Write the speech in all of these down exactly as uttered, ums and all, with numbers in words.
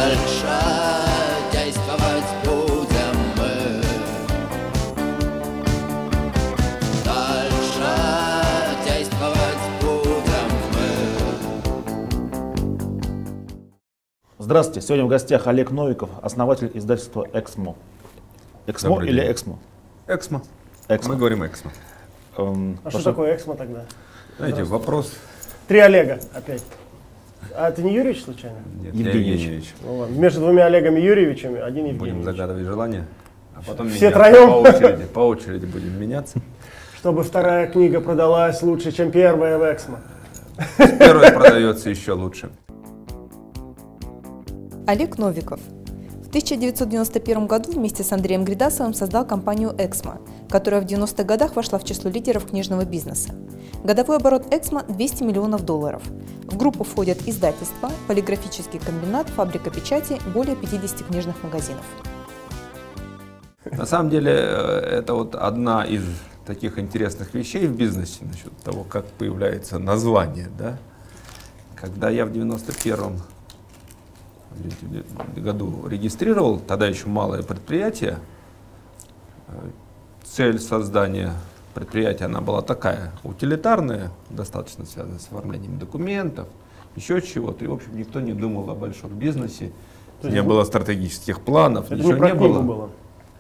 Дальше действовать будем мы. Дальше действовать будем мы. Здравствуйте. Сегодня в гостях Олег Новиков, основатель издательства «Эксмо». «Эксмо» Добрый или день. «Эксмо»? Эксмо. «Эксмо». Мы говорим «Эксмо». Эм, А что такое «Эксмо» тогда? Знаете, вопрос... Три Олега опять. А это не Юрьевич случайно? Нет, Евгеньевич. Евгеньевич. Ну, ладно. Между двумя Олегами Юрьевичами один Евгеньевич. Будем загадывать желание, а потом Все меняться. троем? По очереди, по очереди будем меняться. Чтобы вторая книга продалась лучше, чем первая в «Эксмо». Первая продается еще лучше. Олег Новиков. В тысяча девятьсот девяносто первом году вместе с Андреем Гридасовым создал компанию «Эксмо», которая в девяностых годах вошла в число лидеров книжного бизнеса. Годовой оборот «Эксмо» – двести миллионов долларов. В группу входят издательства, полиграфический комбинат, фабрика печати, более пятидесяти книжных магазинов. На самом деле, это вот одна из таких интересных вещей в бизнесе, насчет того, как появляется название. Да? Когда я в девяносто первом году регистрировал, тогда еще малое предприятие, цель создания предприятия, она была такая, утилитарная, достаточно связанная с оформлением документов, еще чего-то, и в общем никто не думал о большом бизнесе, То не есть было стратегических планов, Это ничего не про не книгу было. было.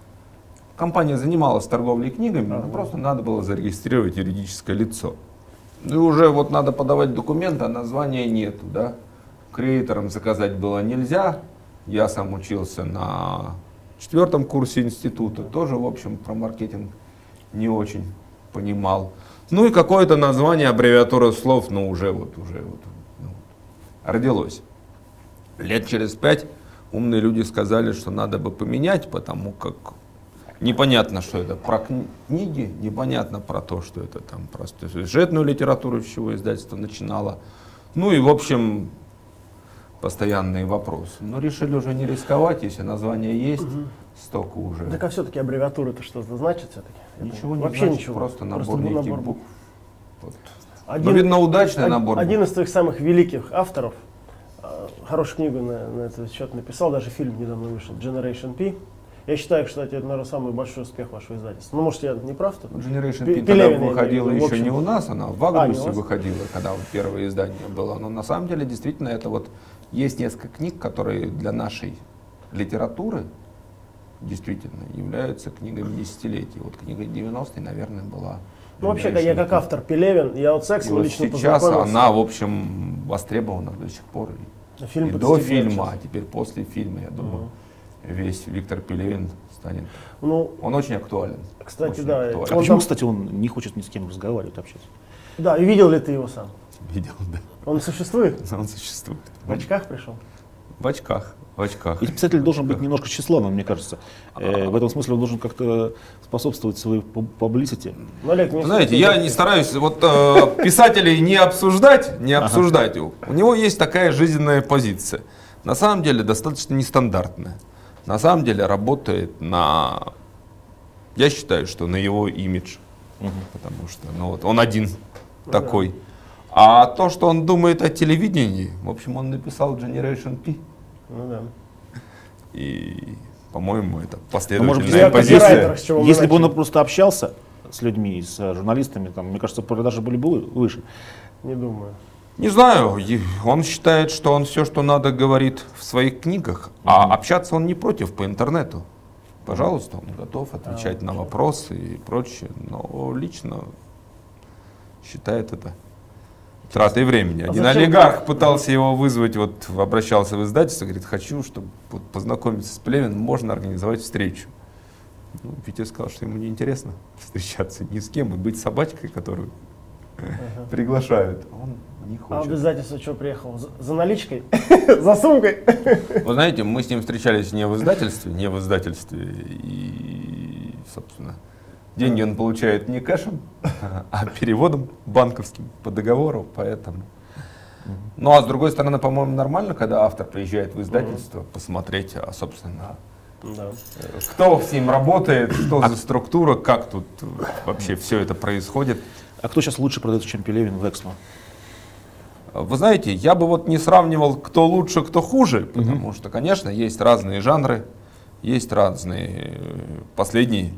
Компания занималась торговлей книгами, Ага. но просто надо было зарегистрировать юридическое лицо. И уже вот надо подавать документы, а названия нету, да. Креаторам заказать было нельзя. Я сам учился на четвертом курсе института, тоже, в общем, про маркетинг не очень понимал. Ну и какое-то название, аббревиатура слов, ну уже вот, уже вот, ну, родилось. Лет через пять умные люди сказали, что надо бы поменять, потому как непонятно, что это про книги, непонятно про то, что это там про сюжетную литературу, с чего издательство начинало. Ну и в общем постоянные вопросы. Но решили уже не рисковать, если название есть, Угу. столько уже. Так а все-таки аббревиатура-то что-то значит все-таки? Ничего не Вообще значит, ничего. просто набор неких набор букв. Вот. Один, Ну, видно, удачный од- набор. Один из твоих самых великих авторов э, хорошую книгу на, на этот счет написал, даже фильм недавно вышел, Generation P. Я считаю, кстати, это, наверное, самый большой успех вашего издательства. Ну, может, я не прав? Тут? Generation Пе- P тогда Пелевина, я выходила имею в виду, в еще не общем. у нас, она в А, не Агнусе у вас? выходила, когда вот первое издание было. Но на самом деле, действительно, это вот есть несколько книг, которые для нашей литературы действительно являются книгами десятилетий. Вот книга девяностых, наверное, была. Ну, вообще, Generation я как P. автор Пелевин, я вот с И «Эксмо» вот лично сейчас познакомился. она, в общем, востребована до сих пор. И, Фильм и по до статье фильма, сейчас. а теперь после фильма, я думаю, весь Виктор Пелевин станет. Ну, Он очень актуален. Кстати, очень да, актуален. А Он почему, там- кстати, он не хочет ни с кем разговаривать, общаться? да, и видел ли ты его сам? Видел, да. Он существует? Он существует. В очках пришел? В очках. В очках. Ведь писатель должен быть немножко тщеславным, мне кажется. Э, в этом смысле он должен как-то способствовать своей публицити. Ну, Олег, не Знаете, слушай, я да. не стараюсь вот э, писателей не обсуждать, не обсуждать. У него есть такая жизненная позиция. На самом деле достаточно нестандартная. На самом деле работает на, я считаю, что на его имидж, потому что ну, вот, он один такой. А то, что он думает о телевидении, в общем, он написал Generation P. Ну да. И, по-моему, это Ну, может быть, последовательная я позиция. копирайтер, с чего мы Если бы он начали. просто общался с людьми, с э, журналистами, там, мне кажется, продажи были бы вы- выше. Не думаю. Не знаю, и он считает, что он все, что надо, говорит в своих книгах, а общаться он не против по интернету. Пожалуйста, он готов отвечать на вопросы и прочее, но лично считает это тратой времени. А Один зачем- олигарх пытался его вызвать, вот обращался в издательство, говорит, хочу, чтобы вот, познакомиться с Пелевиным, можно организовать встречу. Ну, Витя сказал, что ему неинтересно встречаться ни с кем и быть собачкой, которую приглашают. Он не А в хочет. издательство что приехал? За, за наличкой? За сумкой? Вы знаете, мы с ним встречались не в издательстве, не в издательстве, и, собственно, деньги он получает не кэшем, а переводом банковским по договору, поэтому. Ну а с другой стороны, по-моему, нормально, когда автор приезжает в издательство посмотреть, а, собственно, Да. кто с ним работает, что за структура, как тут вообще все это происходит. А кто сейчас лучше продается, чем Пелевин в «Эксмо»? Вы знаете, я бы вот не сравнивал, кто лучше, кто хуже, потому что, конечно, есть разные жанры, есть разные. Последние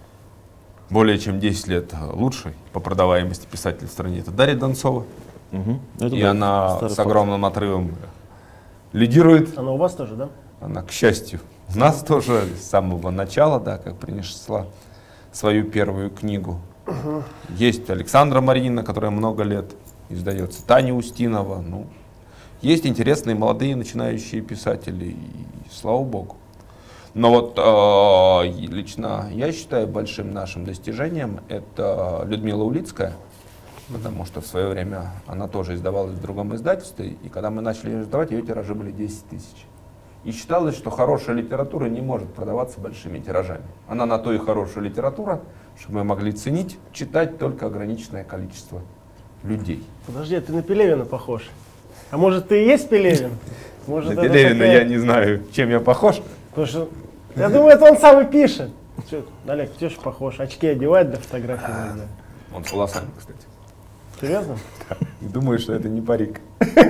более чем десять лет лучший по продаваемости писатель в стране — это Дарья Донцова. Угу. Это И да, она старый с факт. огромным отрывом лидирует. Она у вас тоже, да? Она, к счастью, у нас тоже с самого начала, да, как принесла свою первую книгу. Угу. Есть Александра Маринина, которая много лет издается, Таня Устинова. Ну, есть интересные молодые начинающие писатели, и слава богу. Но вот э, лично я считаю большим нашим достижением это Людмила Улицкая, потому что в свое время она тоже издавалась в другом издательстве, и когда мы начали ее издавать, ее тиражи были десять тысяч. И считалось, что хорошая литература не может продаваться большими тиражами. Она на то и хорошая литература, чтобы мы могли ценить, читать только ограниченное количество людей. Подожди, ты на Пелевина похож. А может, ты и есть Пелевин? Может, На это Пелевина такая- я не знаю, чем я похож. Потому что, я думаю, это он сам и пишет. Чё, Олег, ты ж похож. Очки одевать для фотографии иногда. Он с волосами, кстати. Серьезно? И думаю, что это не парик.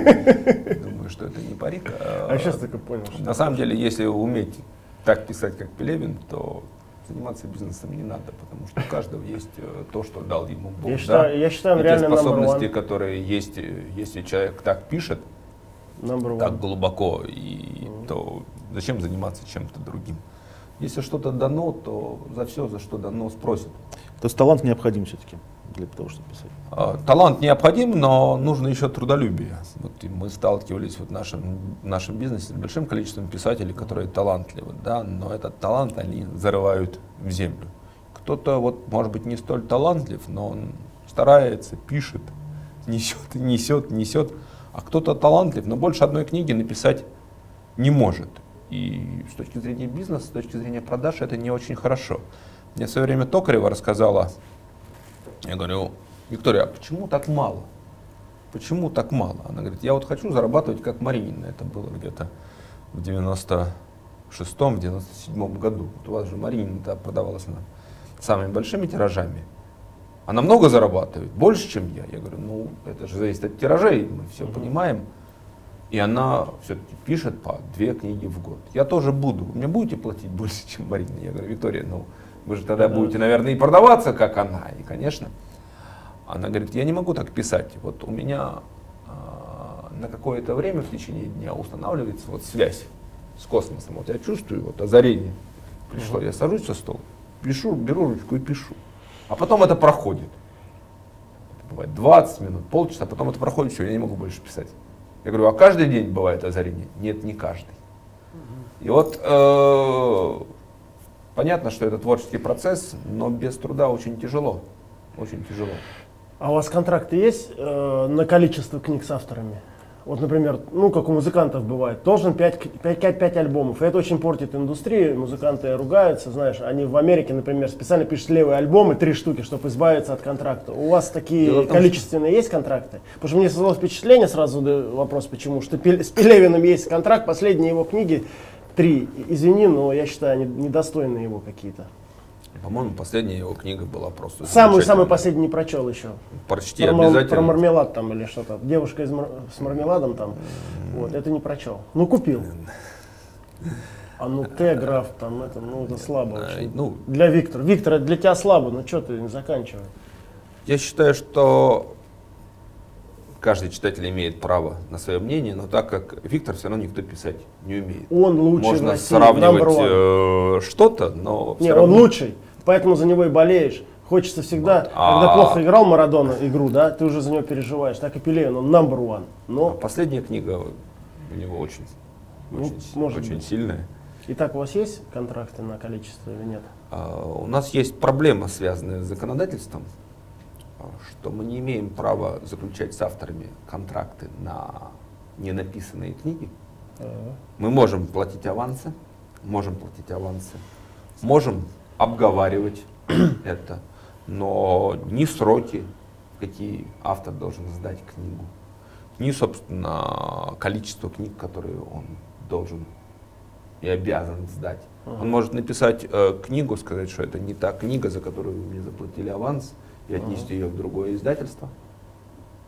Думаю, что это не парик. А сейчас только понял, что... На самом деле, если уметь так писать, как Пелевин, то заниматься бизнесом не надо, потому что у каждого есть э, то, что дал ему Бог. Я да? считаю, я считаю, он И те реально number способности, one. которые есть, э, если человек так пишет, Number так one. глубоко, и то зачем заниматься чем-то другим? Если что-то дано, то за все, за что дано, спросят. То есть талант необходим все-таки для того, чтобы писать. А, Талант необходим, но нужно еще трудолюбие. Вот и мы сталкивались вот в нашем, в нашем бизнесе с большим количеством писателей, которые талантливы, да, но этот талант они зарывают в землю. Кто-то, вот, может быть, не столь талантлив, но он старается, пишет, несет, несет, несет, а кто-то талантлив, но больше одной книги написать не может. И с точки зрения бизнеса, с точки зрения продаж, это не очень хорошо. Мне в свое время Токарева рассказала, я говорю: Виктория, а почему так мало? Почему так мало? Она говорит: я вот хочу зарабатывать как Маринина. Это было где-то в девяносто шестом — девяносто седьмом году. Вот у вас же Маринина продавалась она самыми большими тиражами. Она много зарабатывает, больше, чем я. Я говорю: ну, это же зависит от тиражей, мы все uh-huh. понимаем. И она все-таки пишет по две книги в год. Я тоже буду. Вы мне будете платить больше, чем Марина? Я говорю: Виктория, ну, вы же тогда будете, наверное, и продаваться, как она. И, конечно, она говорит: я не могу так писать. Вот у меня э, на какое-то время в течение дня устанавливается вот связь с космосом. Вот я чувствую, вот озарение пришло. Я сажусь за стол, пишу, беру ручку и пишу. А потом это проходит. Это бывает двадцать минут, полчаса, потом это проходит, все, я не могу больше писать. Я говорю: а каждый день бывает озарение? Нет, не каждый. И вот э, понятно, что это творческий процесс, но без труда очень тяжело. Очень тяжело. А у вас контракты есть э, на количество книг с авторами? Вот, например, ну, как у музыкантов бывает, должен пять альбомов. И это очень портит индустрию, музыканты ругаются, знаешь. Они в Америке, например, специально пишут левые альбомы, три штуки, чтобы избавиться от контракта. У вас такие том, количественные что... есть контракты? Потому что мне создалось впечатление, сразу вопрос, почему, что с Пелевиным есть контракт, последние его книги, три. Извини, но я считаю, они недостойные его какие-то. По-моему, последняя его книга была просто... Самый-самый последний не прочел еще. Прочти про, обязательно. Про мармелад там или что-то. Девушка из мар... с мармеладом там. Mm. Вот, это не прочел. Ну, купил. А ну, Т-граф там, это, ну, это слабо очень. Ну, для Виктора. Виктор, это для тебя слабо, ну что ты не заканчивай. Я считаю, что каждый читатель имеет право на свое мнение, но так как Виктор все равно никто писать не умеет. Он лучший. Можно сравнивать э, что-то, но не, он лучший, поэтому за него и болеешь. Хочется всегда, вот. Когда а... плохо играл Марадона игру, да, ты уже за него переживаешь. Так и Пелевин, он number one. Но... А последняя книга у него очень, ну, очень, может очень быть. сильная. Итак, у вас есть контракты на количество или нет? А, у нас есть проблема, связанная с законодательством, что мы не имеем права заключать с авторами контракты на ненаписанные книги. Uh-huh. Мы можем платить авансы, можем платить авансы, можем обговаривать это, но ни сроки, какие автор должен сдать книгу, ни, собственно, количество книг, которые он должен и обязан сдать. Uh-huh. Он может написать э, книгу, сказать, что это не та книга, за которую вы мне заплатили аванс, и отнести uh-huh. ее в другое издательство.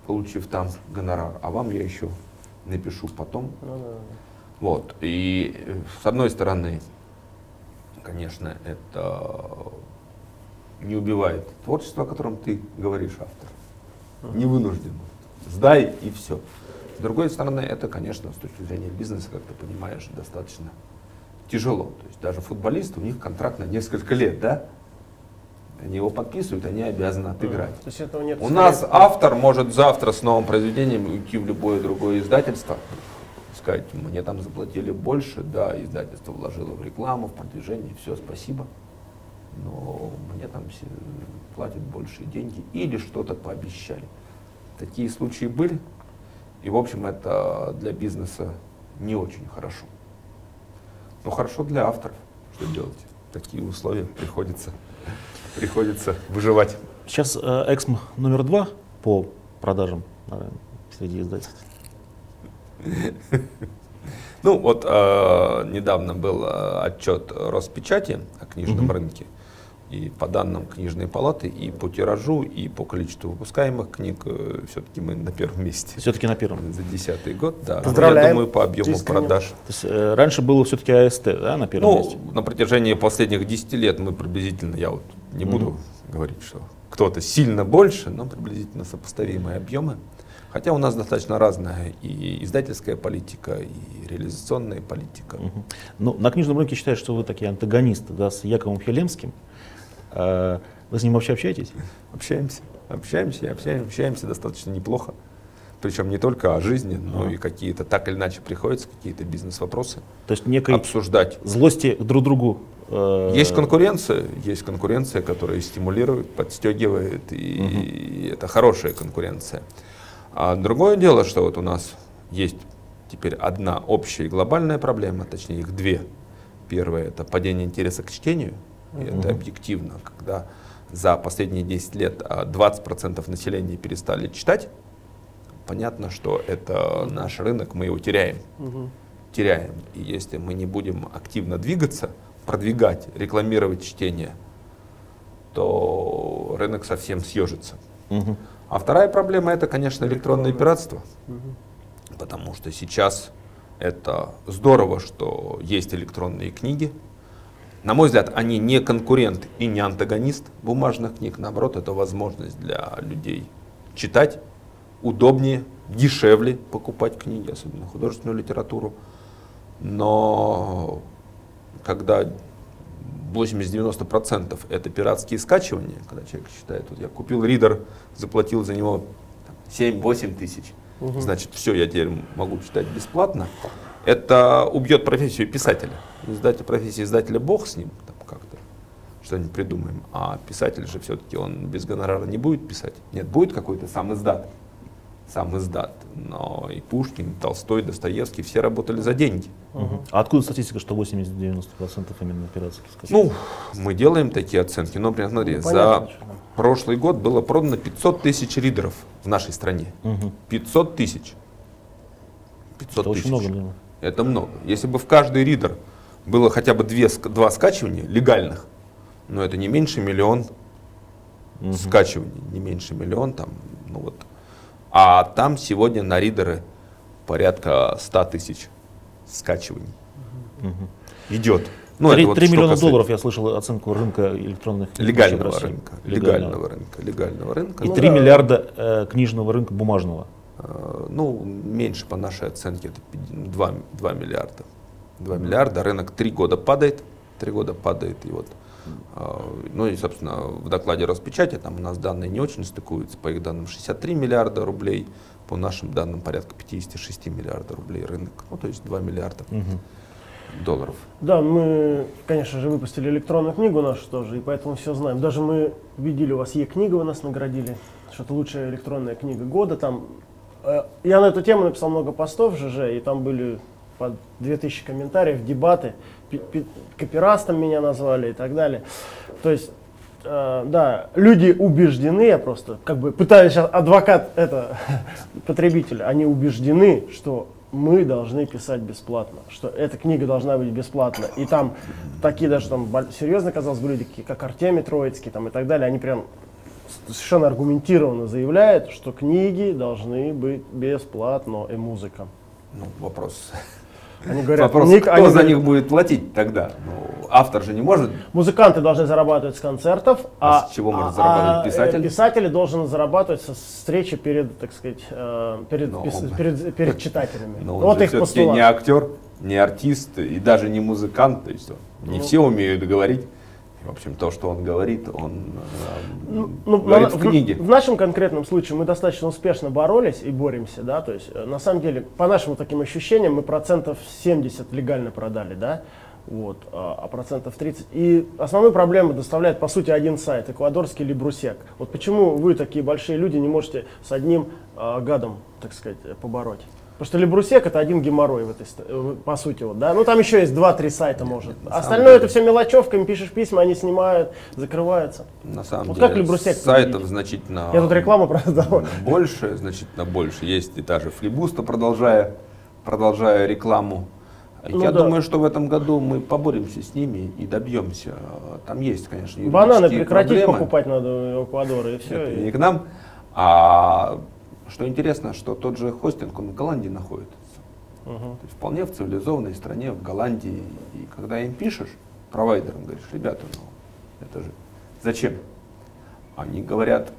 получив там гонорар, а вам я еще напишу потом. Ну, да, да. Вот. И э, с одной стороны, конечно, это не убивает творчество, о котором ты говоришь, автор. Не вынужден. Сдай и все. С другой стороны, это, конечно, с точки зрения бизнеса, как ты понимаешь, достаточно тяжело. То есть даже футболисты, у них контракт на несколько лет, да? Они его подписывают, они обязаны отыграть. То есть этого нет. У нас автор может завтра с новым произведением уйти в любое другое издательство, сказать, мне там заплатили больше, да, издательство вложило в рекламу, в продвижение, все, спасибо, но мне там все платят большие деньги или что-то пообещали. Такие случаи были, и в общем это для бизнеса не очень хорошо. Но хорошо для авторов, что делать? Такие условия приходится. Приходится выживать. Сейчас э, Эксмо номер два по продажам, наверное, среди издательств. Ну вот э, недавно был э, отчет Роспечати о книжном Мгм. рынке. И по данным книжной палаты, и по тиражу, и по количеству выпускаемых книг, э, все-таки мы на первом месте. Все-таки на первом. За десятый год, да. Но Поздравляем. я думаю, по объему Искренне. продаж. То есть э, раньше было все-таки АСТ, да, на первом Ну, месте? на протяжении последних десяти лет мы приблизительно, я вот не буду Мгм. говорить, что кто-то сильно больше, но приблизительно сопоставимые объемы. Хотя у нас достаточно разная и издательская политика, и реализационная политика. Мгм. Ну, на книжном рынке считают, что вы такие антагонисты, да, с Яковом Хелемским. Э, Вы с ним вообще общаетесь? Общаемся, общаемся, и общаемся, общаемся достаточно неплохо. Причем не только о жизни, но и какие-то, так или иначе, приходится какие-то бизнес-вопросы То есть некой обсуждать. злости друг другу. э, Есть конкуренция, есть конкуренция, которая стимулирует, подстегивает, и это хорошая конкуренция. А другое дело, что вот у нас есть теперь одна общая и глобальная проблема, точнее их две. Первая — это падение интереса к чтению, и это объективно, когда за последние десять лет а, двадцать процентов населения перестали читать. Понятно, что это наш рынок, мы его теряем. Мгм. теряем. И если мы не будем активно двигаться, продвигать, рекламировать чтение, то рынок совсем съежится. Мгм. А вторая проблема — это, конечно, электронное пиратство. Потому что сейчас это здорово, что есть электронные книги. На мой взгляд, они не конкурент и не антагонист бумажных книг. Наоборот, это возможность для людей читать удобнее, дешевле покупать книги, особенно художественную литературу. Но когда восемьдесят-девяносто процентов это пиратские скачивания, когда человек считает, вот я купил ридер, заплатил за него семь-восемь тысяч, значит, все, я теперь могу читать бесплатно, это убьет профессию писателя. Издатель, профессия издателя бог с ним, там как-то что-нибудь придумаем, а писатель же все-таки он без гонорара не будет писать. Нет, будет какой-то сам издат, сам издат, но и Пушкин, и Толстой, Достоевский, все работали за деньги. Мгм. А откуда статистика, что восемьдесят-девяносто процентов именно пиратских скачек? Ну, мы делаем такие оценки, но, например, смотри, Ну, понятно, за что там. прошлый год было продано пятьсот тысяч ридеров в нашей стране. Мгм. пятьсот тысяч. пятьсот Это очень тысяч. много, наверное. Это много. Если бы в каждый ридер было хотя бы две, ск- два скачивания легальных, но это не меньше миллион Мгм. скачиваний, не меньше миллион там, ну вот. А там сегодня на ридеры порядка ста тысяч скачиваний Мгм. идет. Ну, Три это вот три что миллиона касается долларов я слышал оценку рынка электронных книг легального в России. рынка, Легального. легального рынка, легального рынка. И Ну, три да. миллиарда э, книжного рынка бумажного. Э, Ну, меньше по нашей оценке, это два, два миллиарда. два миллиарда, рынок три года падает, три года падает, и вот, э, ну и, собственно, в докладе Роспечати, там у нас данные не очень стыкуются, по их данным шестьдесят три миллиарда рублей, по нашим данным порядка пятьдесят шесть миллиардов рублей рынок, ну то есть два миллиарда Мгм. долларов. Да, мы, конечно же, выпустили электронную книгу нашу тоже, и поэтому все знаем. Даже мы видели, у вас Е-книга, вы нас наградили, что это лучшая электронная книга года. Там, э, я на эту тему написал много постов в ЖЖ, и там были по две тысячи комментариев, дебаты, пи- пи- копирастом меня назвали и так далее. То есть, э, да, люди убеждены, я просто как бы пытаюсь сейчас адвокат это, потребителя, они убеждены, что мы должны писать бесплатно, что эта книга должна быть бесплатна. И там такие даже там бол- серьезно, казалось бы, люди, такие, как Артемий Троицкий там, и так далее, они прям совершенно аргументированно заявляет, что книги должны быть бесплатно и музыка. Ну, вопрос. Они говорят, вопрос, ник, кто они за говорят, них будет платить тогда? Ну, автор же не может. музыканты должны зарабатывать с концертов, А а, с чего может а- зарабатывать а, писатель? э, Писатель должен зарабатывать со встречи перед, так сказать, э, перед, Но пис- он- перед, перед читателями. Но он Вот же их все-таки постулат. не актер, не артист и даже не музыкант. То есть он- не Ну. все умеют говорить. В общем, то, что он говорит, он э, Ну, ну, говорит на- в книге. В, в нашем конкретном случае мы достаточно успешно боролись и боремся, да, то есть э, на самом деле, по нашим таким ощущениям, мы процентов семьдесят легально продали, да, вот, а, а процентов тридцать. И основную проблему доставляет, по сути, один сайт, эквадорский Либрусек. Вот почему вы, такие большие люди, не можете с одним а, гадом, так сказать, побороть? Потому что Либрусек — это один геморрой в этой, ст- э, по сути, вот, да. Ну там еще есть два-три сайта, может. на самом Остальное деле- это все мелочевка, им пишешь письма, они снимают, закрываются. На самом Вот деле как Либрусек сайтов победить? значительно Я тут рекламу продавал. больше, значительно больше. Есть и та же Флибуста, продолжая, продолжая рекламу. Ну Я да. думаю, что в этом году мы поборемся с ними и добьемся. Там есть, конечно, Бананы юридические прекратить проблемы. покупать надо у Эквадора и все. Это не к нам. А что интересно, что тот же хостинг, он в Голландии находится. То есть вполне в цивилизованной стране, в Голландии. И когда им пишешь, провайдерам, говоришь, ребята, ну это же зачем? Они говорят,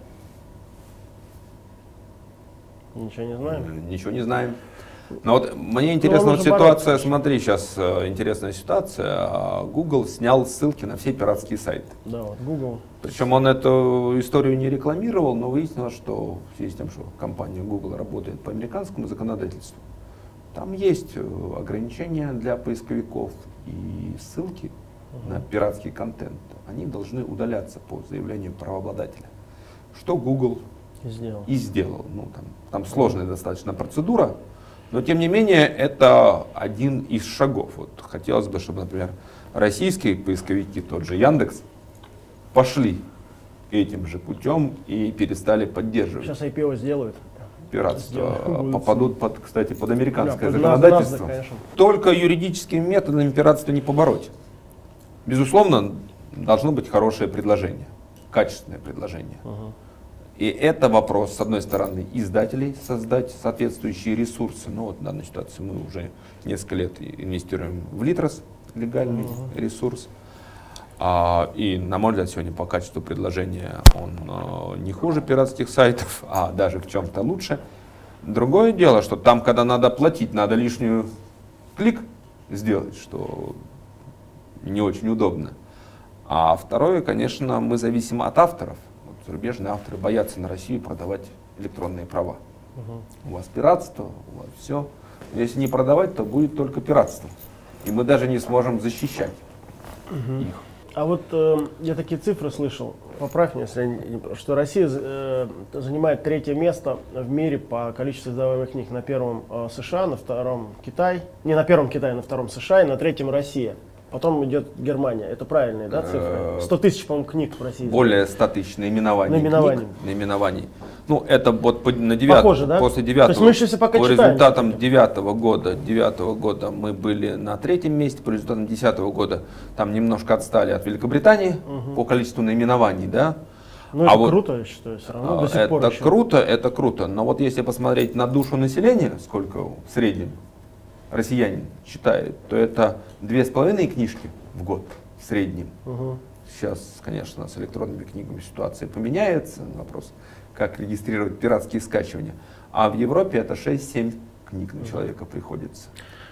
Ничего не знаем. «М, ничего не знаем. Но вот мне интересна вам вот нужно ситуация, бороться. смотри, сейчас э, интересная ситуация. А, Google снял ссылки на все пиратские сайты. Да, вот Google. Причем он эту историю не рекламировал, но выяснилось, что в связи с тем, что компания Google работает по американскому законодательству, там есть э, ограничения для поисковиков и ссылки на пиратский контент, они должны удаляться по заявлению правообладателя. Что Google Сделал. и сделал. Ну, там, там сложная достаточно процедура, но тем не менее это один из шагов. Вот хотелось бы, чтобы, например, российские поисковики, тот же Яндекс, пошли этим же путем и перестали поддерживать Сейчас ай пи о сделают. пиратство, сделают. попадут под, кстати, под американское Да, под законодательство. NASDAQ, конечно. Только юридическими методами пиратство не побороть. Безусловно, должно быть хорошее предложение, качественное предложение. И это вопрос, с одной стороны, издателей создать соответствующие ресурсы. Ну вот в данной ситуации мы уже несколько лет инвестируем в Литрос, легальный uh-huh. ресурс. А, и, на мой взгляд, сегодня по качеству предложения он а, не хуже пиратских сайтов, а даже в чем-то лучше. Другое дело, что там, когда надо платить, надо лишнюю клик сделать, что не очень удобно. А второе, конечно, мы зависим от авторов. Зарубежные авторы боятся на Россию продавать электронные права. Uh-huh. У вас пиратство, у вас все. Если не продавать, то будет только пиратство. И мы даже не сможем защищать uh-huh. их. А вот э, я такие цифры слышал, поправь меня, если я не прав, что Россия э, занимает третье место в мире по количеству издаваемых книг. На первом э, США, на втором Китай. Не на первом Китай, на втором США и на третьем Россия. Потом идет Германия. Это правильные, да, цифры? сто тысяч, по-моему, книг в России. Более ста тысяч наименований. Наименований. Книг, наименований. Ну, это вот по, на девятом, Похоже, да? после девятого, То есть мы еще все пока по читаем. результатам девятого года, девятого года мы были на третьем месте, по результатам десятого года там немножко отстали от Великобритании угу. по количеству наименований, да. Ну, а это вот, круто, я считаю, все равно до сих это пор еще. круто, это круто, но вот если посмотреть на душу населения, сколько в среднем россиянин читает, то это две с половиной книжки в год в среднем. Угу. Сейчас, конечно, с электронными книгами ситуация поменяется. Вопрос, как регистрировать пиратские скачивания. А в Европе это шесть-семь книг на человека приходится.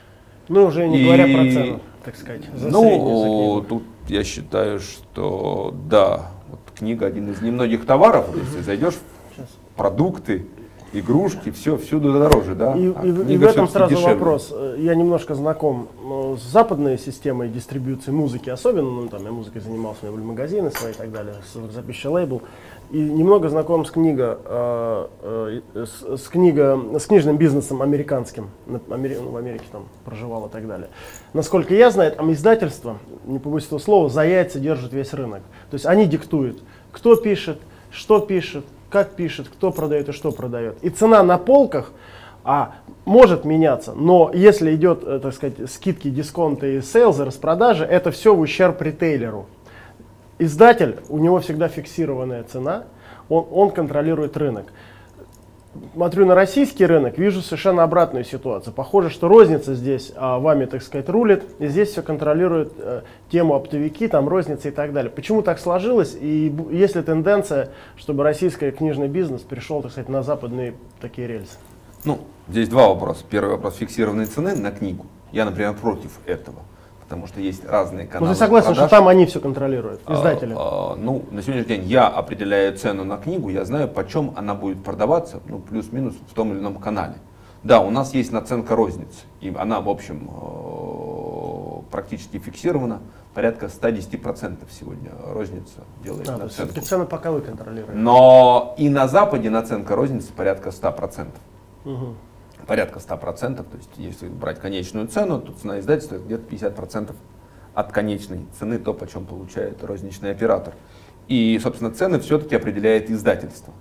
Ну, уже не И, говоря про цену, так сказать. За ну, тут я считаю, что да, вот книга один из немногих товаров. Если зайдешь в продукты, игрушки, все, всюду дороже, да? И, а и, и в этом сразу дешевле. вопрос. Я немножко знаком с западной системой дистрибьюции музыки, особенно, ну, там, я музыкой занимался, у меня были магазины свои и так далее, записи лейбл. И немного знаком с, книга, э, э, с, с, книга, с книжным бизнесом американским, Амери, ну, в Америке там проживал и так далее. Насколько я знаю, там издательство, не побоюсь этого слова, за яйца держит весь рынок. То есть они диктуют, кто пишет, что пишет, как пишет, кто продает и что продает. И цена на полках а, может меняться, но если идет, э, так сказать, скидки, дисконты и сейлзы, распродажи, это все в ущерб ритейлеру. Издатель, у него всегда фиксированная цена, он, он контролирует рынок. Смотрю на российский рынок, вижу совершенно обратную ситуацию. Похоже, что розница здесь а, вами, так сказать, рулит, и здесь все контролирует э, тему оптовики, там розница и так далее. Почему так сложилось? И есть ли тенденция, чтобы российский книжный бизнес перешел, так сказать, на западные такие рельсы? Ну, здесь два вопроса. Первый вопрос — фиксированные цены на книгу. Я, например, против этого, потому что есть разные каналы. Ну, ты согласен, продаж. что там они все контролируют, издатели? А, а, ну, на сегодняшний день я определяю цену на книгу, я знаю, почем она будет продаваться, ну, плюс-минус в том или ином канале. Да, у нас есть наценка розницы, и она, в общем, практически фиксирована. Порядка ста десяти процентов сегодня розница делает А, наценку. цены пока вы контролируете. Но и на Западе наценка розницы порядка ста процентов. Угу. Порядка ста процентов, то есть если брать конечную цену, то цена издательства где-то пятьдесят процентов от конечной цены, то, почем получает розничный оператор. И, собственно, цены все-таки определяет издательство.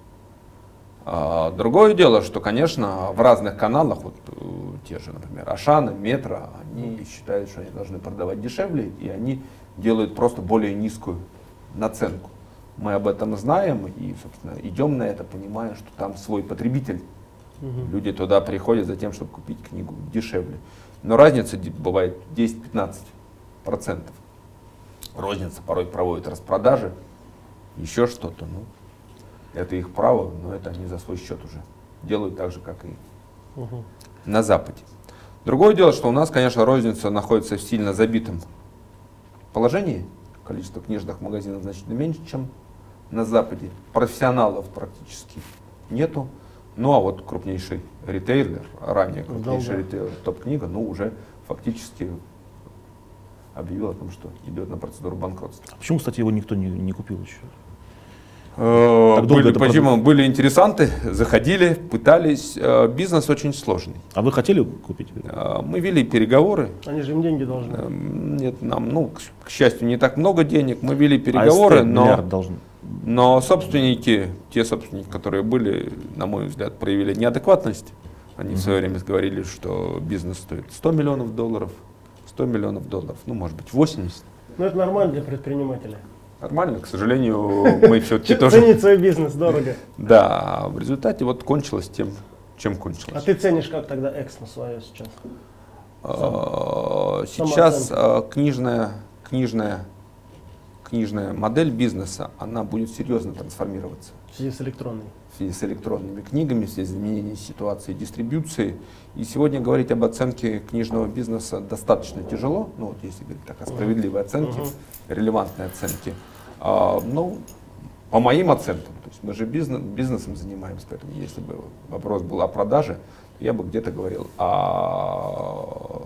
А, другое дело, что, конечно, в разных каналах, вот те же, например, Ашана, Метро, они считают, что они должны продавать дешевле, и они делают просто более низкую наценку. Мы об этом знаем и, собственно, идем на это, понимая, что там свой потребитель. Угу. Люди туда приходят за тем, чтобы купить книгу дешевле. Но разница бывает десять-пятнадцать процентов. Розница порой проводит распродажи, еще что-то. Ну, это их право, но это они за свой счет уже делают так же, как и угу. на Западе. Другое дело, что у нас, конечно, розница находится в сильно забитом положении. Количество книжных магазинов значительно меньше, чем на Западе. Профессионалов практически нету. Ну а вот крупнейший ритейлер, ранее крупнейший да, ритейлер Топ-книга, ну уже фактически объявил о том, что идет на процедуру банкротства. А почему, кстати, его никто не, не купил еще? Э, были, почему? Были интересанты, заходили, пытались. Э, бизнес очень сложный. А вы хотели купить? Э, мы вели переговоры. Они же им деньги должны. Э, нет, нам, ну, к, к счастью, не так много денег. Мы вели переговоры, а но... должен. Но собственники, те собственники, которые были, на мой взгляд, проявили неадекватность. Они mm-hmm. в свое время говорили, что бизнес стоит сто миллионов долларов, сто миллионов долларов, ну, может быть, восемьдесят. Ну, это нормально для предпринимателя. Нормально, к сожалению, мы все-таки тоже... Ценить свой бизнес дорого. Да, в результате вот кончилось тем, чем кончилось. А ты ценишь как тогда Эксмо свое сейчас? Сейчас книжная, книжная, книжная модель бизнеса, она будет серьезно трансформироваться. В связи с электронной? В связи с электронными книгами, в связи с изменением ситуации дистрибьюции. И сегодня говорить об оценке книжного бизнеса достаточно тяжело, ну вот если говорить так о справедливой оценке, uh-huh. релевантной оценке. А, ну, по моим оценкам, то есть мы же бизнес, бизнесом занимаемся, поэтому если бы вопрос был о продаже, то я бы где-то говорил о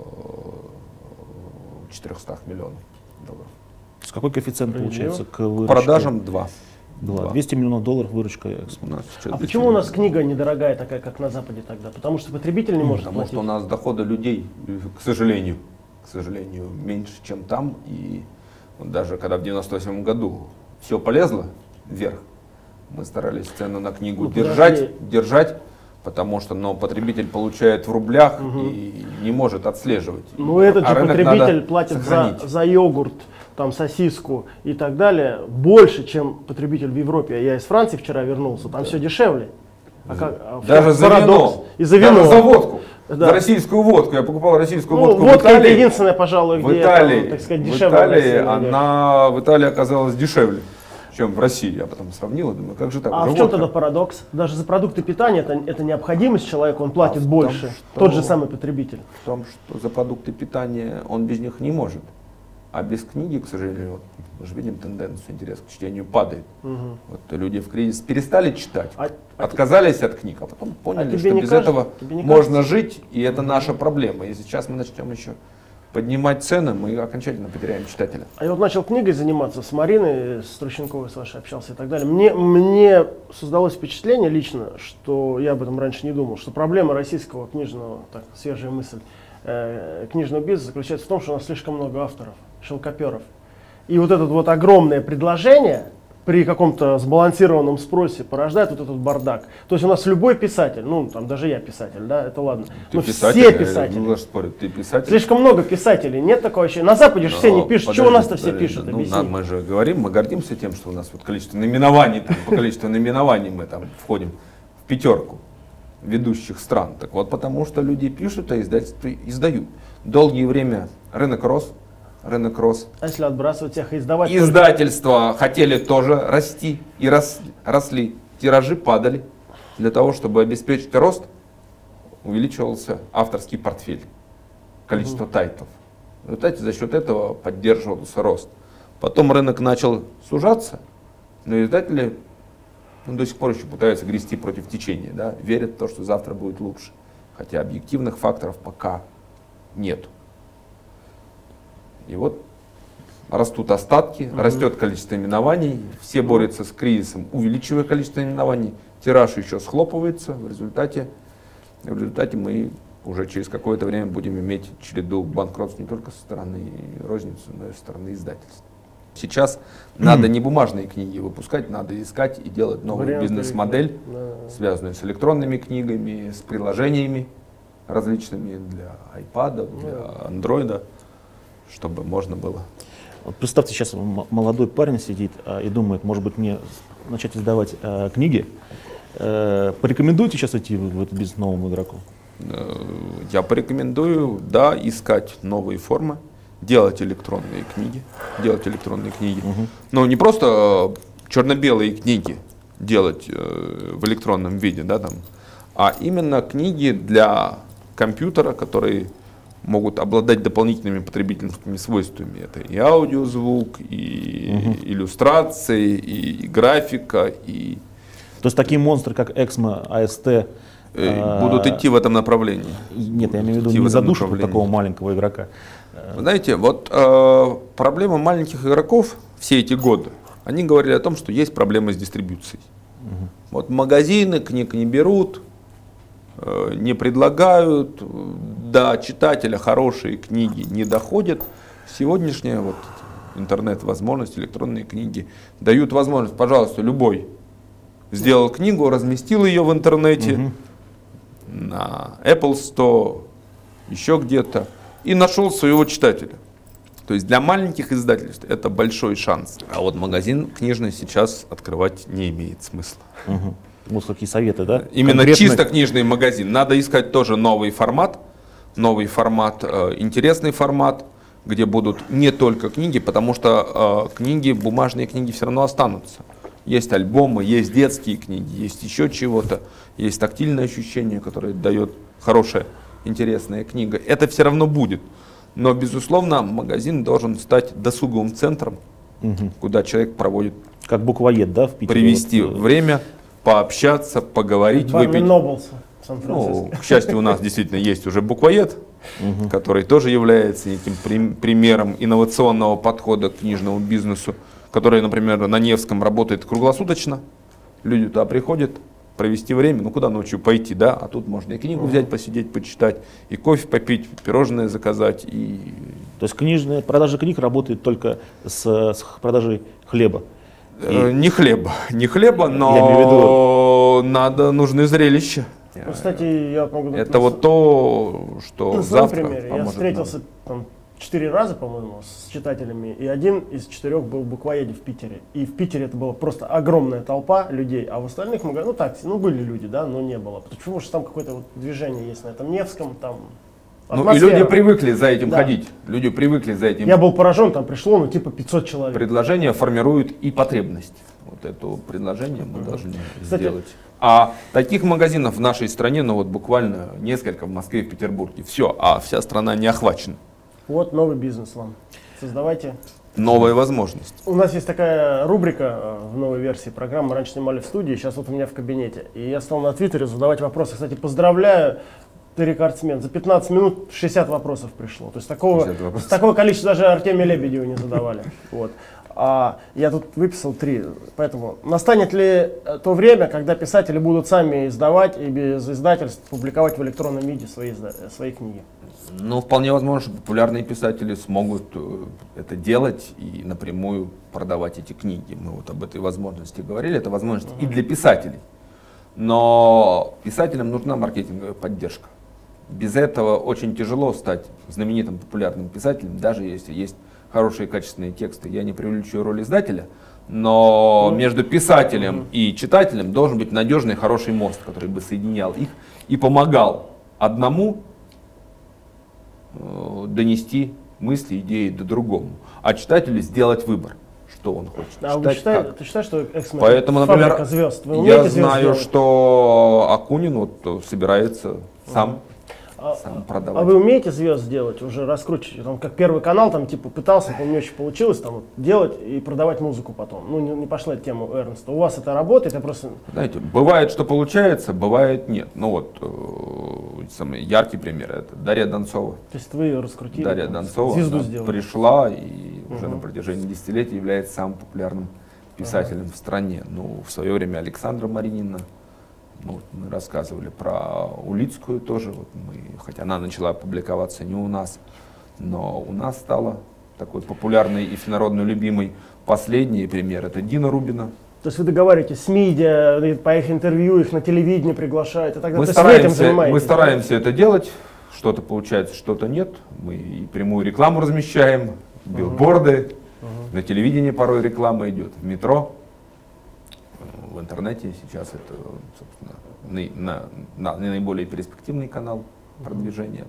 четырехстах миллионах долларов. С какой коэффициент получается к выручке? Продажам два. два. двести миллионов долларов выручка. А почему у нас книга недорогая такая, как на Западе тогда? Потому что потребитель не может Потому платить? что у нас доходы людей, к сожалению, к сожалению, меньше, чем там. И вот даже когда в девяносто восьмом году все полезло вверх, мы старались цену на книгу ну, держать, держать, потому что но потребитель получает в рублях угу. и не может отслеживать. Ну этот а же потребитель платит за, за йогурт, там сосиску и так далее больше, чем потребитель в Европе. Я из Франции вчера вернулся, там да. все дешевле. А как, а даже за вино, и за вино. Даже за водку. Да. За российскую водку. Я покупал российскую ну, водку водка в Италии. Это единственное, пожалуй, где в Италии, там, так сказать, в дешевле. Италии она в Италии оказалась дешевле, чем в России. Я потом сравнил и думаю, как же так? А в чем водка. тогда парадокс? Даже за продукты питания это, это необходимость человека, он платит а больше. Том, что, Тот же самый потребитель. В том, что за продукты питания он без них не может. А без книги, к сожалению, вот, мы же видим тенденцию, интерес к чтению падает. Угу. Вот люди в кризис перестали читать, а, отказались а, от книг, а потом поняли, а что без кажется, этого можно кажется? жить, и это угу. наша проблема. И сейчас мы начнем еще поднимать цены, мы окончательно потеряем читателя. А я вот начал книгой заниматься с Мариной, с Трущенковой, с вашей общался и так далее. Мне, мне создалось впечатление лично, что я об этом раньше не думал, что проблема российского книжного, так, свежая мысль, э, книжного бизнеса заключается в том, что у нас слишком много авторов, шелкоперов. И вот это вот огромное предложение, при каком-то сбалансированном спросе порождает вот этот бардак. То есть у нас любой писатель, ну там даже я писатель, да, это ладно, Ты но писатель, все я- писатели. Ну, даже спорят, ты писатель. Слишком много писателей, нет такого ощущения. На Западе же все не Но, пишут, подожди, чего у нас-то все подожди, пишут, ну, объясни. нам- мы же говорим, мы гордимся тем, что у нас вот количество наименований, там, по количеству наименований мы там входим в пятерку ведущих стран. Так вот, потому что люди пишут, а издательства издают. Долгие время рынок рос, рынок рос. А если отбрасывать всех и издавать? Издательства хотели тоже расти и рос- росли. Тиражи падали. Для того, чтобы обеспечить рост, увеличивался авторский портфель, количество тайтлов. В результате за счет этого поддерживался рост. Потом рынок начал сужаться, но издатели ну, до сих пор еще пытаются грести против течения, да, верят в то, что завтра будет лучше. Хотя объективных факторов пока нет. И вот растут остатки, Мгм. растет количество именований, все борются с кризисом, увеличивая количество именований, тираж еще схлопывается, в результате, в результате мы уже через какое-то время будем иметь череду банкротств не только со стороны розницы, но и со стороны издательств. Сейчас надо не бумажные книги выпускать, надо искать и делать новую Варианты, бизнес-модель, да. связанную с электронными книгами, с приложениями различными для iPad, для Android, чтобы можно было. Вот представьте, сейчас м- молодой парень сидит а, и думает, может быть, мне с- начать издавать а, книги. Э, порекомендуйте сейчас идти в, в этот бизнес новому игроку? Э, Я порекомендую, да, искать новые формы, делать электронные книги, делать электронные книги. Мгм. Но не просто э, черно-белые книги делать э, в электронном виде, да, там, а именно книги для компьютера, которые могут обладать дополнительными потребительскими свойствами. Это и аудиозвук, и Мгм. иллюстрации, и, и графика, и То есть такие монстры, как Эксмо, АСТ, э, а, будут идти в этом направлении. нет, я имею в виду идти в не этом задушат вот направлении. такого маленького игрока. Вы знаете, вот э, проблема маленьких игроков все эти годы, они говорили о том, что есть проблемы с дистрибьюцией. Вот магазины книг не берут, э, не предлагают, до читателя хорошие книги не доходят. Сегодняшняя вот интернет-возможность, электронные книги дают возможность, пожалуйста, любой сделал книгу, разместил ее в интернете, Мгм. на Apple Store, еще где-то, и нашел своего читателя. То есть для маленьких издательств это большой шанс. А вот магазин книжный сейчас открывать не имеет смысла. Мгм. Вот какие советы, да? Именно Конкретно- чисто книжный магазин. Надо искать тоже новый формат, новый формат, э, интересный формат, где будут не только книги, потому что э, книги, бумажные книги все равно останутся. Есть альбомы, есть детские книги, есть еще чего-то, есть тактильное ощущение, которое дает хорошая, интересная книга. Это все равно будет. Но, безусловно, магазин должен стать досуговым центром, Мгм. куда человек проводит, Как буквоед, да, в Питере? привести вот, э, время, пообщаться, поговорить, Бармен выпить. Ноблс, Ну, Сан-Франциско. к счастью, у нас действительно есть уже буквоед, Мгм. который тоже является неким прим- примером инновационного подхода к книжному бизнесу, который, например, на Невском работает круглосуточно. Люди туда приходят провести время, ну куда ночью пойти, да, а тут можно и книгу взять, посидеть, почитать, и кофе попить, пирожное заказать, и То есть книжная продажа книг работает только с, с продажей хлеба. э, не хлеба, не хлеба, но Я имею надо, нужны зрелища. Ну, кстати, я могу... Это вот то, что на своем завтра примере. Я поможет встретился нам. там четыре раза, по-моему, с читателями, и один из четырех был в буквоеде в Питере. И в Питере это была просто огромная толпа людей, а в остальных магазинах, ну так, ну были люди, да, но не было. Потому что там какое-то вот движение есть на этом Невском, там Ну и атмосфера. люди привыкли за этим Да. ходить. Люди привыкли за этим. Я был поражен, там пришло, ну типа пятьсот человек. Предложение формирует и потребность. Вот это предложение мы должны Кстати, сделать. А таких магазинов в нашей стране, ну вот буквально несколько в Москве и в Петербурге. Все, а вся страна не охвачена. Вот новый бизнес вам. Создавайте. Новая возможность. У нас есть такая рубрика э, в новой версии программы. Раньше снимали в студии, сейчас вот у меня в кабинете. И я стал на Твиттере задавать вопросы. Кстати, поздравляю, ты рекордсмен. За пятнадцать минут шестьдесят вопросов пришло. То есть такого, шестьдесят вопросов. такое количество даже Артемию Лебедеву не задавали. Вот. А я тут выписал три. Поэтому настанет ли э, то время, когда писатели будут сами издавать и без издательств публиковать в электронном виде свои, изда- свои книги? Ну, вполне возможно, что популярные писатели смогут э, это делать и напрямую продавать эти книги. Мы вот об этой возможности говорили. Это возможность uh-huh. и для писателей. Но писателям нужна маркетинговая поддержка. Без этого очень тяжело стать знаменитым популярным писателем, даже если есть хорошие качественные тексты. Я не преувеличиваю роль издателя, но uh-huh. между писателем uh-huh. и читателем должен быть надежный хороший мост, который бы соединял их и помогал одному донести мысли, идеи до другому, а читателю сделать выбор, что он хочет а читать. Считаете, ты считаешь, что Эксмо Поэтому, например, звезд? Вы я звезд знаю, делать? что Акунин вот собирается сам, а, сам продавать. А вы умеете звезд делать, уже раскручивать? Там, как Первый канал, там типа пытался, там не очень получилось, там вот, делать и продавать музыку потом. Ну, не, не пошла тема Эрнста. У вас это работает? Я просто... Знаете, бывает, что получается, бывает нет. Ну вот, э, самый яркий пример — это Дарья Донцова. То есть вы ее раскрутили? Дарья там, Донцова звезду сделали. пришла и Угу. уже на протяжении десятилетий является самым популярным писателем ага. в стране. Ну, в свое время Александра Маринина. Ну, вот мы рассказывали про Улицкую тоже, вот мы, хотя она начала публиковаться не у нас, но у нас стала такой популярной и всенародно любимой. Последний пример — это Дина Рубина. То есть вы договариваетесь с медиа, по их интервью, их на телевидение приглашаете, тогда Мы то стараемся, мы стараемся это делать, что-то получается, что-то нет. Мы и прямую рекламу размещаем, билборды, uh-huh. на телевидении порой реклама идет, в метро. В интернете сейчас это, собственно, на, на, на наиболее перспективный канал продвижения.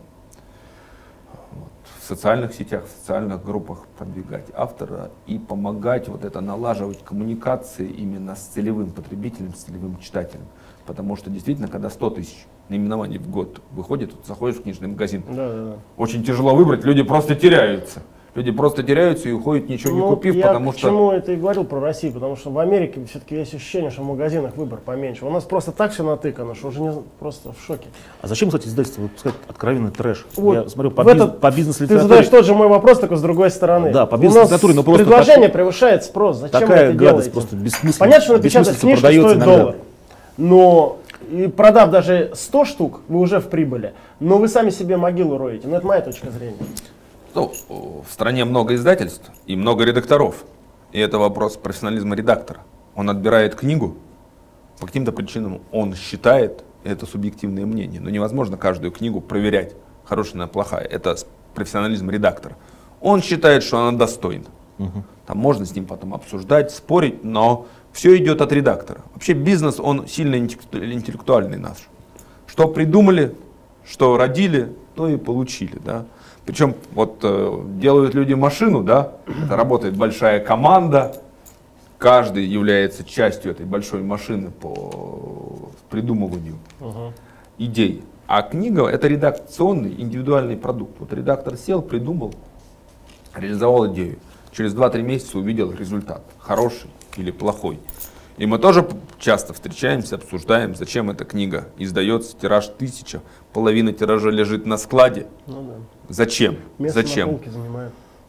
Вот. В социальных сетях, в социальных группах продвигать автора и помогать вот это налаживать коммуникации именно с целевым потребителем, с целевым читателем. Потому что действительно, когда сто тысяч наименований в год выходит, вот заходишь в книжный магазин, да, да, да. очень тяжело выбрать, люди просто теряются. Люди просто теряются и уходят, ничего ну, не купив, я потому к что... чему это и говорил про Россию, потому что в Америке все-таки есть ощущение, что в магазинах выбор поменьше. У нас просто так все натыкано, что уже не, просто в шоке. А зачем, кстати, издательство выпускает откровенный трэш? Вот, я смотрю, по, в биз... этот, по бизнес-литературе... Ты задаешь тот же мой вопрос, только с другой стороны. Да, по У нас бизнес-литературе, но просто предложение так... превышает спрос. Зачем такая вы это гадость делаете? просто бессмысленно. Понятно, что напечатать книжку стоит доллар. Но и продав даже сто штук, вы уже в прибыли. Но вы сами себе могилу роете. Ну, это моя точка зрения. Ну, в стране много издательств и много редакторов. И это вопрос профессионализма редактора. Он отбирает книгу, по каким-то причинам он считает, это субъективное мнение, но невозможно каждую книгу проверять, хорошая она, плохая. Это профессионализм редактора. Он считает, что она достойна. Угу. Там можно с ним потом обсуждать, спорить, но все идет от редактора. Вообще бизнес, он сильно интеллектуальный наш. Что придумали, что родили, то и получили, да. Причем вот э, делают люди машину, да, это работает большая команда, каждый является частью этой большой машины по придумыванию uh-huh. идей. А книга — это редакционный, индивидуальный продукт. Вот редактор сел, придумал, реализовал идею. Через два-три месяца увидел результат, хороший или плохой. И мы тоже часто встречаемся, обсуждаем, зачем эта книга издается, тираж тысяча, половина тиража лежит на складе. Ну, да. Зачем? Место зачем? На полке занимает.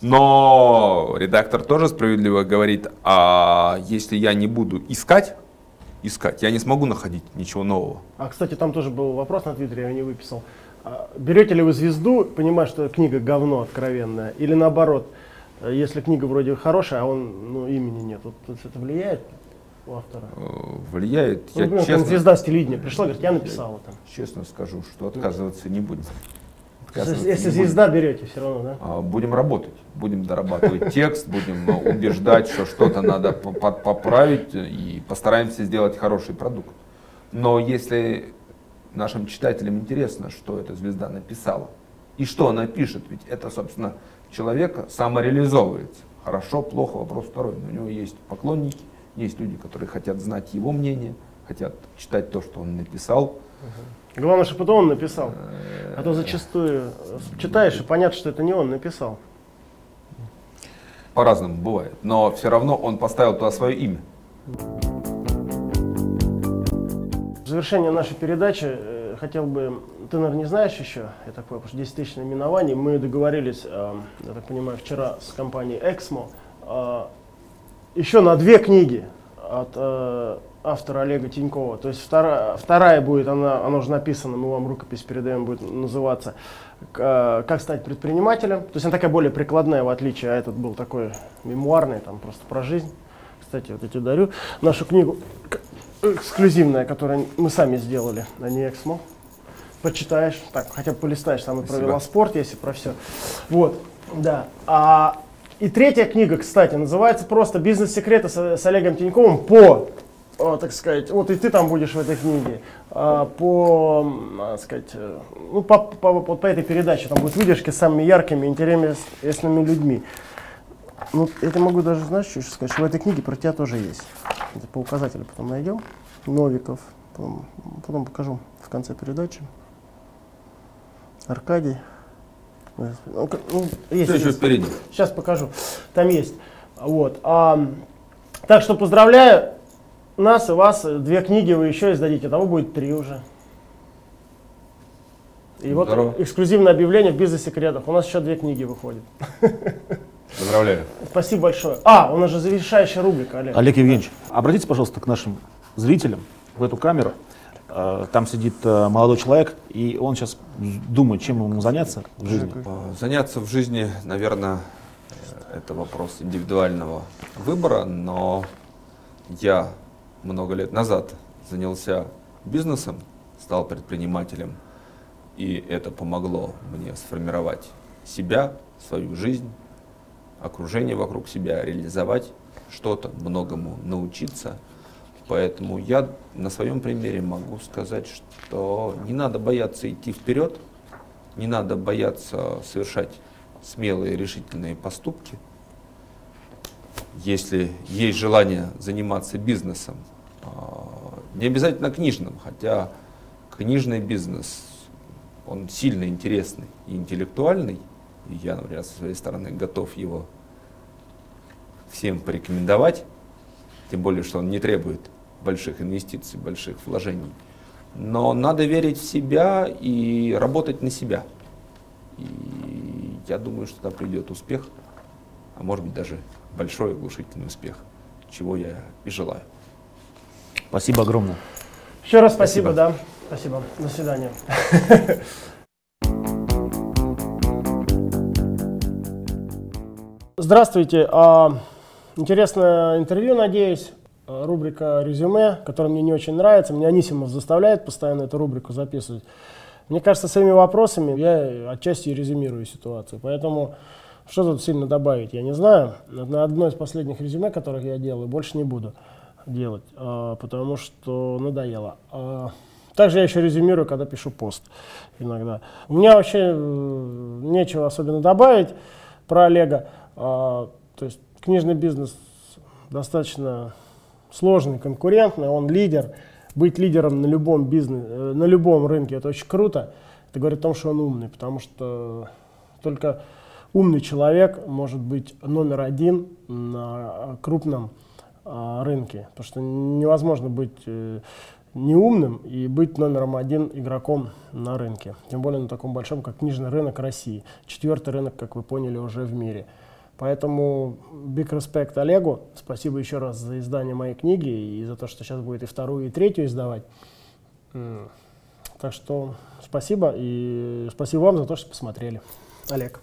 Но редактор тоже справедливо говорит, а если я не буду искать, искать, я не смогу находить ничего нового. А, кстати, там тоже был вопрос на Твиттере, я его не выписал. Берете ли вы звезду, понимая, что книга говно откровенная, или наоборот, если книга вроде хорошая, а он, ну, имени нет, вот, вот это влияет? У автора? Влияет. Ну, я например, честно, звезда с телевидения пришла, говорит, я написала там. Честно скажу, что отказываться не будем. Отказываться Если не звезда будем. Берете, все равно, да? Будем работать, будем дорабатывать текст, будем убеждать, что что-то надо поправить и постараемся сделать хороший продукт. Но если нашим читателям интересно, что эта звезда написала и что она пишет, ведь это, собственно, человек самореализовывается. Хорошо, плохо, вопрос второй. Но у него есть поклонники. Есть люди, которые хотят знать его мнение, хотят читать то, что он написал. Угу. Главное, чтобы это он написал. А то зачастую читаешь, и понятно, что это не он написал. По-разному бывает. Но все равно он поставил туда свое имя. В завершение нашей передачи э, хотел бы... Ты, наверное, не знаешь еще, я так понимаю, потому что десять тысяч наименований. Мы договорились, э, я так понимаю, вчера с компанией Эксмо, э, еще на две книги от э, автора Олега Тинькова. То есть вторая, вторая будет, она, она уже написана, мы вам рукопись передаем, будет называться как стать предпринимателем. То есть она такая более прикладная, в отличие, а этот был такой мемуарный, там просто про жизнь. Кстати, вот я тебе дарю нашу книгу эксклюзивная, которую мы сами сделали, а не Эксмо. Почитаешь, так, хотя бы полистаешь, там и про велоспорт есть, и про все. Вот, да. А, и третья книга, кстати, называется просто «Бизнес-секреты» с, с Олегом Тиньковым по, о, так сказать, вот и ты там будешь в этой книге, а, по, так сказать, ну, по, по, вот по этой передаче, там будут выдержки с самыми яркими, интересными людьми. Ну, это могу даже, знаешь, что еще сказать, что в этой книге про тебя тоже есть. Это по указателю потом найдем. Новиков, потом, потом покажу в конце передачи. Аркадий. Ну, есть, Все еще впереди. Сейчас покажу. Там есть. Вот. А, так что поздравляю нас и вас. Две книги вы еще издадите. Того будет три уже. И Здорово. Вот эксклюзивное объявление в «Бизнес-секретах». У нас еще две книги выходят. Поздравляю. Спасибо большое. А, у нас же завершающая рубрика, Олег. Олег Евгеньевич, обратитесь, пожалуйста, к нашим зрителям в эту камеру. Там сидит молодой человек, и он сейчас думает, чем ему заняться в жизни. Заняться в жизни, наверное, это вопрос индивидуального выбора, но я много лет назад занялся бизнесом, стал предпринимателем, и это помогло мне сформировать себя, свою жизнь, окружение вокруг себя, реализовать что-то, многому научиться. Поэтому я на своем примере могу сказать, что не надо бояться идти вперед, не надо бояться совершать смелые, решительные поступки. Если есть желание заниматься бизнесом, не обязательно книжным, хотя книжный бизнес, он сильно интересный и интеллектуальный, и я, например, со своей стороны готов его всем порекомендовать, тем более, что он не требует больших инвестиций, больших вложений. Но надо верить в себя и работать на себя. И я думаю, что тогда придет успех, а может быть даже большой оглушительный успех, чего я и желаю. Спасибо огромное. Еще раз спасибо, спасибо. да. Спасибо. До свидания. Здравствуйте. Интересное интервью, надеюсь. Рубрика «Резюме», которая мне не очень нравится. Меня Анисимов заставляет постоянно эту рубрику записывать. Мне кажется, своими вопросами я отчасти резюмирую ситуацию. Поэтому что тут сильно добавить, я не знаю. На одно из последних резюме, которых я делаю, больше не буду делать, потому что надоело. Также я еще резюмирую, когда пишу пост иногда. У меня вообще нечего особенно добавить про Олега. То есть книжный бизнес достаточно сложный, конкурентный, он лидер. Быть лидером на любом бизнесе, на любом рынке, это очень круто. Это говорит о том, что он умный, потому что только умный человек может быть номер один на крупном а, рынке. Потому что невозможно быть э, неумным и быть номером один игроком на рынке. Тем более на таком большом, как книжный рынок России. Четвертый рынок, как вы поняли, уже в мире. Поэтому big respect Олегу. Спасибо еще раз за издание моей книги и за то, что сейчас будет и вторую, и третью издавать. Так что спасибо и спасибо вам за то, что посмотрели. Олег.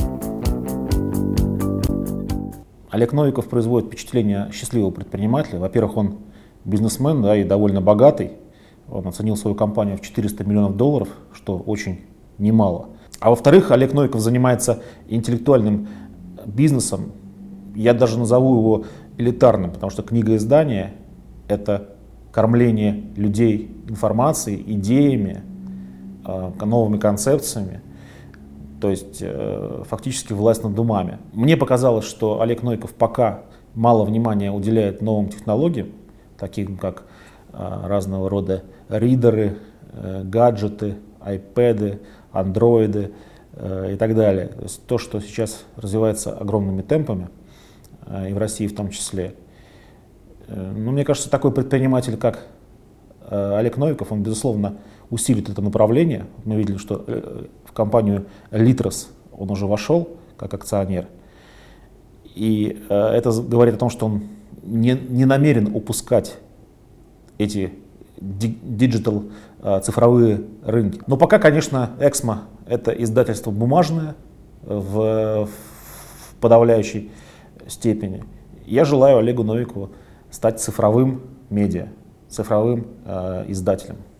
Олег Новиков производит впечатление счастливого предпринимателя. Во-первых, он бизнесмен, да, и довольно богатый. Он оценил свою компанию в четыреста миллионов долларов, что очень немало. А во-вторых, Олег Новиков занимается интеллектуальным бизнесом, я даже назову его элитарным, потому что книгоиздание — это кормление людей информацией, идеями, новыми концепциями, то есть фактически власть над умами. Мне показалось, что Олег Новиков пока мало внимания уделяет новым технологиям, таким как разного рода ридеры, гаджеты, айпэды, андроиды и так далее. То есть то, что сейчас развивается огромными темпами, и в России в том числе. Но мне кажется, такой предприниматель, как Олег Новиков, он, безусловно, усилит это направление. Мы видели, что в компанию Литрос он уже вошел как акционер. И это говорит о том, что он не, не намерен упускать эти диджитал, цифровые рынки. Но пока, конечно, Эксмо — это издательство бумажное в, в подавляющей степени. Я желаю Олегу Новикову стать цифровым медиа, цифровым э, издателем.